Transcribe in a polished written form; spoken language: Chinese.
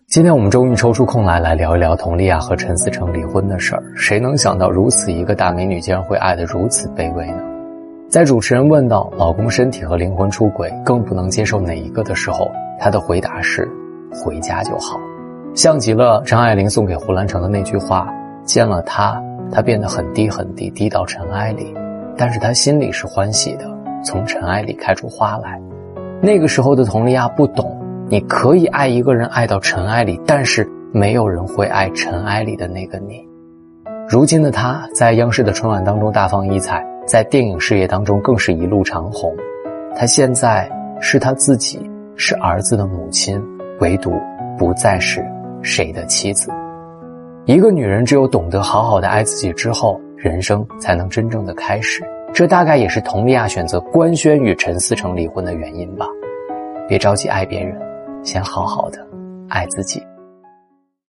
今天我们终于抽出空来聊一聊佟丽娅和陈思诚离婚的事儿。谁能想到如此一个大美女竟然会爱得如此卑微呢？在主持人问到老公身体和灵魂出轨更不能接受哪一个的时候，她的回答是回家就好，像极了张爱玲送给胡兰成的那句话，见了他变得很低很低，低到尘埃里，但是他心里是欢喜的，从尘埃里开出花来。那个时候的佟丽娅不懂，你可以爱一个人爱到尘埃里，但是没有人会爱尘埃里的那个你。如今的她在央视的春晚当中大放异彩，在电影事业当中更是一路长红。她现在是她自己，是儿子的母亲，唯独不再是谁的妻子。一个女人只有懂得好好的爱自己之后，人生才能真正的开始。这大概也是佟丽娅选择官宣与陈思诚离婚的原因吧。别着急爱别人，先好好的爱自己。